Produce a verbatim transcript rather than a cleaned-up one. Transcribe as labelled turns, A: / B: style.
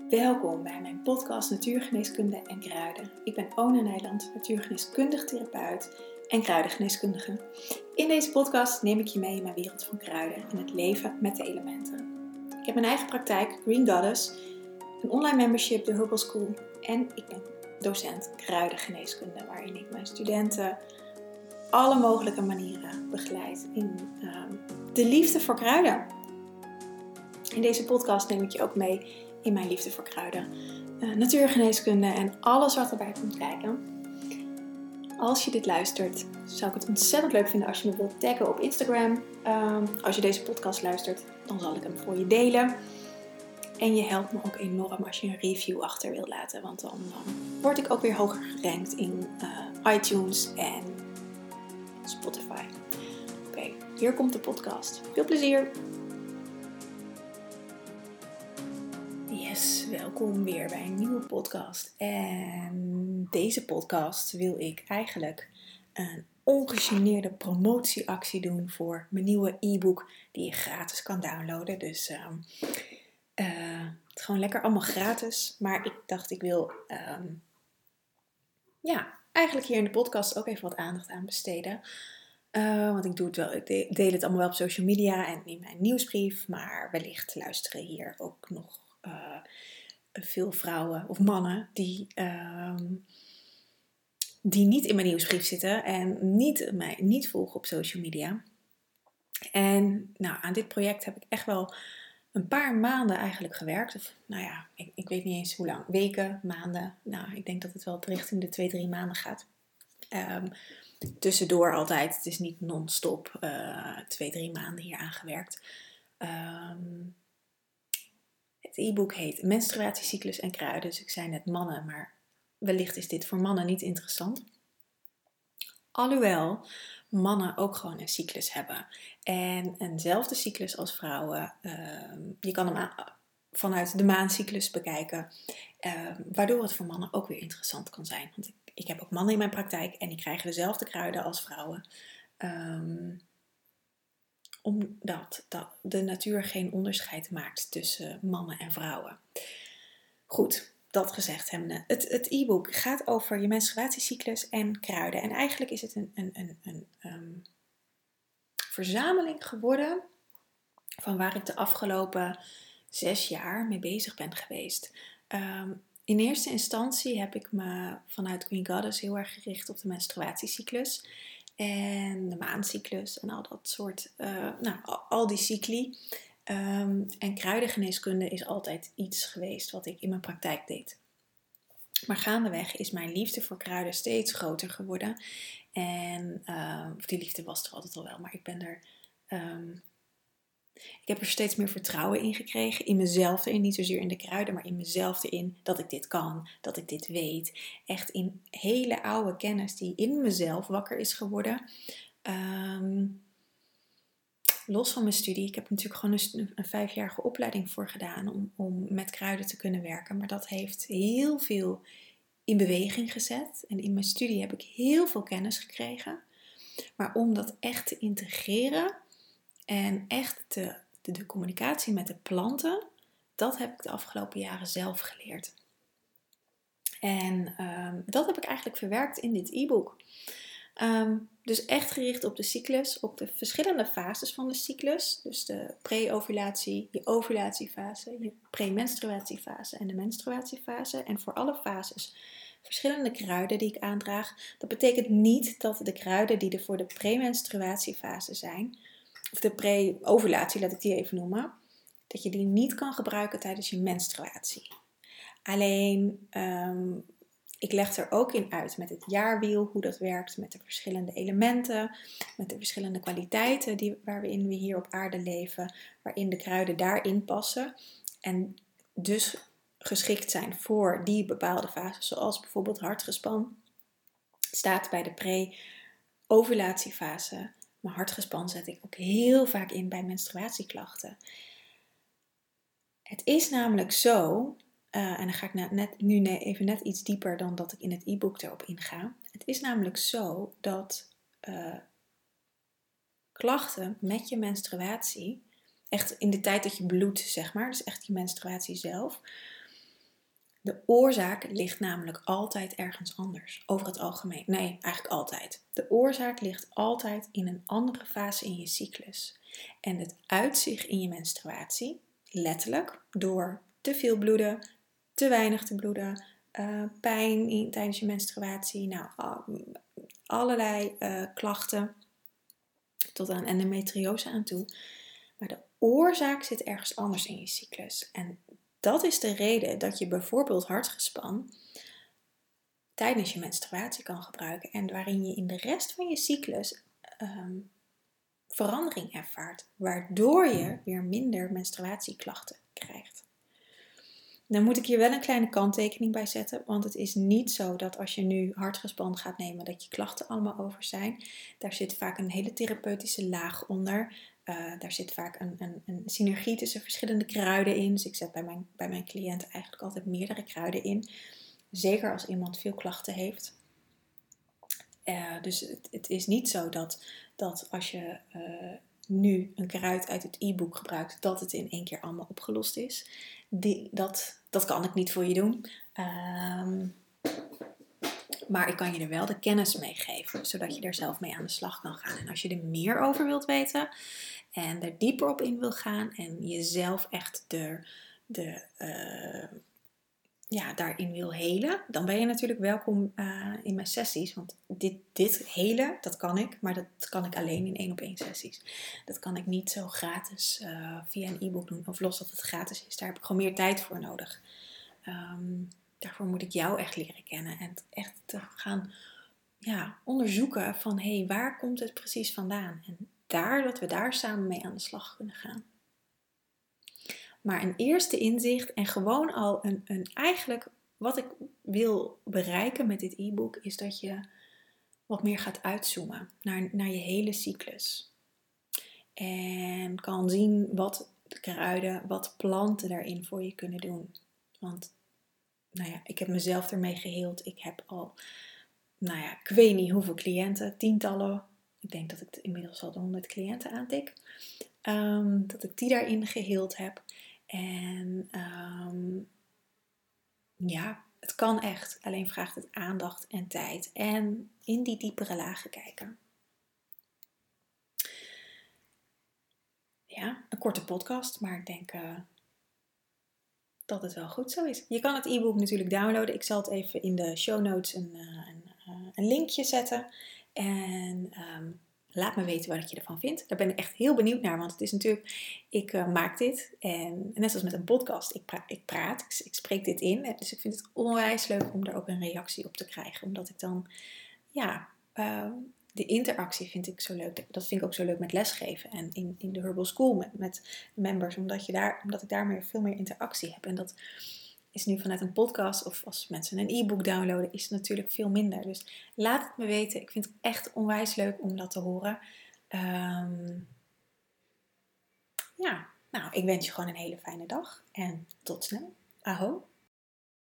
A: Welkom bij mijn podcast Natuurgeneeskunde en Kruiden. Ik ben Ona Nijland, natuurgeneeskundig therapeut en kruidengeneeskundige. In deze podcast neem ik je mee in mijn wereld van kruiden en het leven met de elementen. Ik heb mijn eigen praktijk, Green Goddess, een online membership, de Herbal School en ik ben docent kruidengeneeskunde, waarin ik mijn studenten alle mogelijke manieren begeleid in uh, de liefde voor kruiden. In deze podcast neem ik je ook mee in mijn liefde voor kruiden, uh, natuurgeneeskunde en alles wat erbij komt kijken. Als je dit luistert, zou ik het ontzettend leuk vinden als je me wilt taggen op Instagram. Uh, als je deze podcast luistert, dan zal ik hem voor je delen. En je helpt me ook enorm als je een review achter wilt laten, want dan uh, word ik ook weer hoger gerankt in uh, iTunes en Spotify. Oké, okay, hier komt de podcast. Veel plezier! Yes, welkom weer bij een nieuwe podcast. En deze podcast wil ik eigenlijk een ongegeneerde promotieactie doen voor mijn nieuwe e-book die je gratis kan downloaden. Dus uh, uh, het is gewoon lekker allemaal gratis. Maar ik dacht ik wil um, ja, eigenlijk hier in de podcast ook even wat aandacht aan besteden. Uh, want ik doe het wel, ik deel het allemaal wel op social media en in mijn nieuwsbrief. Maar wellicht luisteren hier ook nog Uh, veel vrouwen of mannen die, uh, die niet in mijn nieuwsbrief zitten en niet, mij niet volgen op social media. En nou, aan dit project heb ik echt wel een paar maanden eigenlijk gewerkt. Of nou ja, ik, ik weet niet eens hoe lang. Weken, maanden. Nou, ik denk dat het wel richting de twee, drie maanden gaat. Um, tussendoor altijd. Het is niet non-stop uh, twee, drie maanden hier aan gewerkt. Um, Het e-book heet Menstruatiecyclus en Kruiden. Dus ik zei net mannen, maar wellicht is dit voor mannen niet interessant. Alhoewel mannen ook gewoon een cyclus hebben. En eenzelfde cyclus als vrouwen. Uh, je kan hem aan, vanuit de maancyclus bekijken. Uh, waardoor het voor mannen ook weer interessant kan zijn. Want ik, ik heb ook mannen in mijn praktijk en die krijgen dezelfde kruiden als vrouwen. Um, Omdat dat de natuur geen onderscheid maakt tussen mannen en vrouwen. Goed, dat gezegd hebbende. Het, het e-book gaat over je menstruatiecyclus en kruiden. En eigenlijk is het een, een, een, een um, verzameling geworden van waar ik de afgelopen zes jaar mee bezig ben geweest. Um, in eerste instantie heb ik me vanuit Green Goddess heel erg gericht op de menstruatiecyclus. En de maancyclus en al dat soort, uh, nou, al, al die cycli. Um, en kruidengeneeskunde is altijd iets geweest wat ik in mijn praktijk deed. Maar gaandeweg is mijn liefde voor kruiden steeds groter geworden. En uh, of die liefde was er altijd al wel, maar ik ben er... Um, ik heb er steeds meer vertrouwen in gekregen, in mezelf erin, niet zozeer in de kruiden, maar in mezelf erin, dat ik dit kan, dat ik dit weet. Echt in hele oude kennis die in mezelf wakker is geworden. Um, los van mijn studie, ik heb natuurlijk gewoon een, een vijfjarige opleiding voor gedaan om, om met kruiden te kunnen werken. Maar dat heeft heel veel in beweging gezet. En in mijn studie heb ik heel veel kennis gekregen. Maar om dat echt te integreren en echt te, de, de communicatie met de planten, dat heb ik de afgelopen jaren zelf geleerd. En um, dat heb ik eigenlijk verwerkt in dit e-book. Um, dus echt gericht op de cyclus, op de verschillende fases van de cyclus. Dus de pre-ovulatie, je ovulatiefase, je premenstruatiefase en de menstruatiefase. En voor alle fases verschillende kruiden die ik aandraag. Dat betekent niet dat de kruiden die er voor de premenstruatiefase zijn, of de pre-ovulatie, laat ik die even noemen, dat je die niet kan gebruiken tijdens je menstruatie. Alleen, um, ik leg er ook in uit met het jaarwiel hoe dat werkt, met de verschillende elementen, met de verschillende kwaliteiten die, waarin we hier op aarde leven, waarin de kruiden daarin passen en dus geschikt zijn voor die bepaalde fases, zoals bijvoorbeeld hartgespan staat bij de pre-ovulatiefase. Maar hartgespan zet ik ook heel vaak in bij menstruatieklachten. Het is namelijk zo, uh, en dan ga ik net, net, nu even net iets dieper dan dat ik in het e-book erop inga. Het is namelijk zo dat uh, klachten met je menstruatie, echt in de tijd dat je bloedt, zeg maar, dus echt je menstruatie zelf, De oorzaak ligt namelijk altijd ergens anders. Over het algemeen. Nee, eigenlijk altijd. De oorzaak ligt altijd in een andere fase in je cyclus. En het uitzicht in je menstruatie, letterlijk, door te veel bloeden, te weinig te bloeden, uh, pijn in, tijdens je menstruatie, nou, allerlei uh, klachten, tot aan endometriose aan toe. Maar de oorzaak zit ergens anders in je cyclus. En dat is de reden dat je bijvoorbeeld hartgespan tijdens je menstruatie kan gebruiken. En waarin je in de rest van je cyclus um, verandering ervaart. Waardoor je weer minder menstruatieklachten krijgt. Dan moet ik hier wel een kleine kanttekening bij zetten. Want het is niet zo dat als je nu hartgespan gaat nemen dat je klachten allemaal over zijn. Daar zit vaak een hele therapeutische laag onder. Uh, daar zit vaak een, een, een synergie tussen verschillende kruiden in. Dus ik zet bij mijn, bij mijn cliënten eigenlijk altijd meerdere kruiden in. Zeker als iemand veel klachten heeft. Uh, dus het, het is niet zo dat, dat als je uh, nu een kruid uit het e-book gebruikt, dat het in één keer allemaal opgelost is. Die, dat, dat kan ik niet voor je doen. Um, maar ik kan je er wel de kennis mee geven, zodat je er zelf mee aan de slag kan gaan. En als je er meer over wilt weten en er dieper op in wil gaan en jezelf echt de, de, uh, ja, daarin wil helen, dan ben je natuurlijk welkom uh, in mijn sessies. Want dit, dit helen, dat kan ik, maar dat kan ik alleen in één op één sessies. Dat kan ik niet zo gratis uh, via een e-book doen, of los dat het gratis is. Daar heb ik gewoon meer tijd voor nodig. Um, daarvoor moet ik jou echt leren kennen en echt te gaan ja, onderzoeken van hé, hey, waar komt het precies vandaan? En daar, dat we daar samen mee aan de slag kunnen gaan. Maar een eerste inzicht en gewoon al een, een eigenlijk wat ik wil bereiken met dit e-book is dat je wat meer gaat uitzoomen naar, naar je hele cyclus. En kan zien wat kruiden, wat planten daarin voor je kunnen doen. Want nou ja, ik heb mezelf ermee geheeld. Ik heb al, nou ja, ik weet niet hoeveel cliënten, tientallen. Ik denk dat ik inmiddels al de honderd cliënten aantik. Um, dat ik die daarin geheeld heb. En um, ja, het kan echt. Alleen vraagt het aandacht en tijd. En in die diepere lagen kijken. Ja, een korte podcast, maar ik denk uh, dat het wel goed zo is. Je kan het e-book natuurlijk downloaden. Ik zal het even in de show notes een, uh, een, uh, een linkje zetten. En um, laat me weten wat je ervan vindt. Daar ben ik echt heel benieuwd naar. Want het is natuurlijk, ik uh, maak dit. En net zoals met een podcast, ik, pra- ik praat, ik, ik spreek dit in. Dus ik vind het onwijs leuk om daar ook een reactie op te krijgen. Omdat ik dan, ja, uh, de interactie vind ik zo leuk. Dat vind ik ook zo leuk met lesgeven. En in, in de Herbal School met, met members. Omdat, je daar, omdat ik daarmee veel meer interactie heb. En dat is nu vanuit een podcast of als mensen een e-book downloaden, is het natuurlijk veel minder. Dus laat het me weten. Ik vind het echt onwijs leuk om dat te horen. Um, ja, nou, ik wens je gewoon een hele fijne dag. En tot snel. Aho.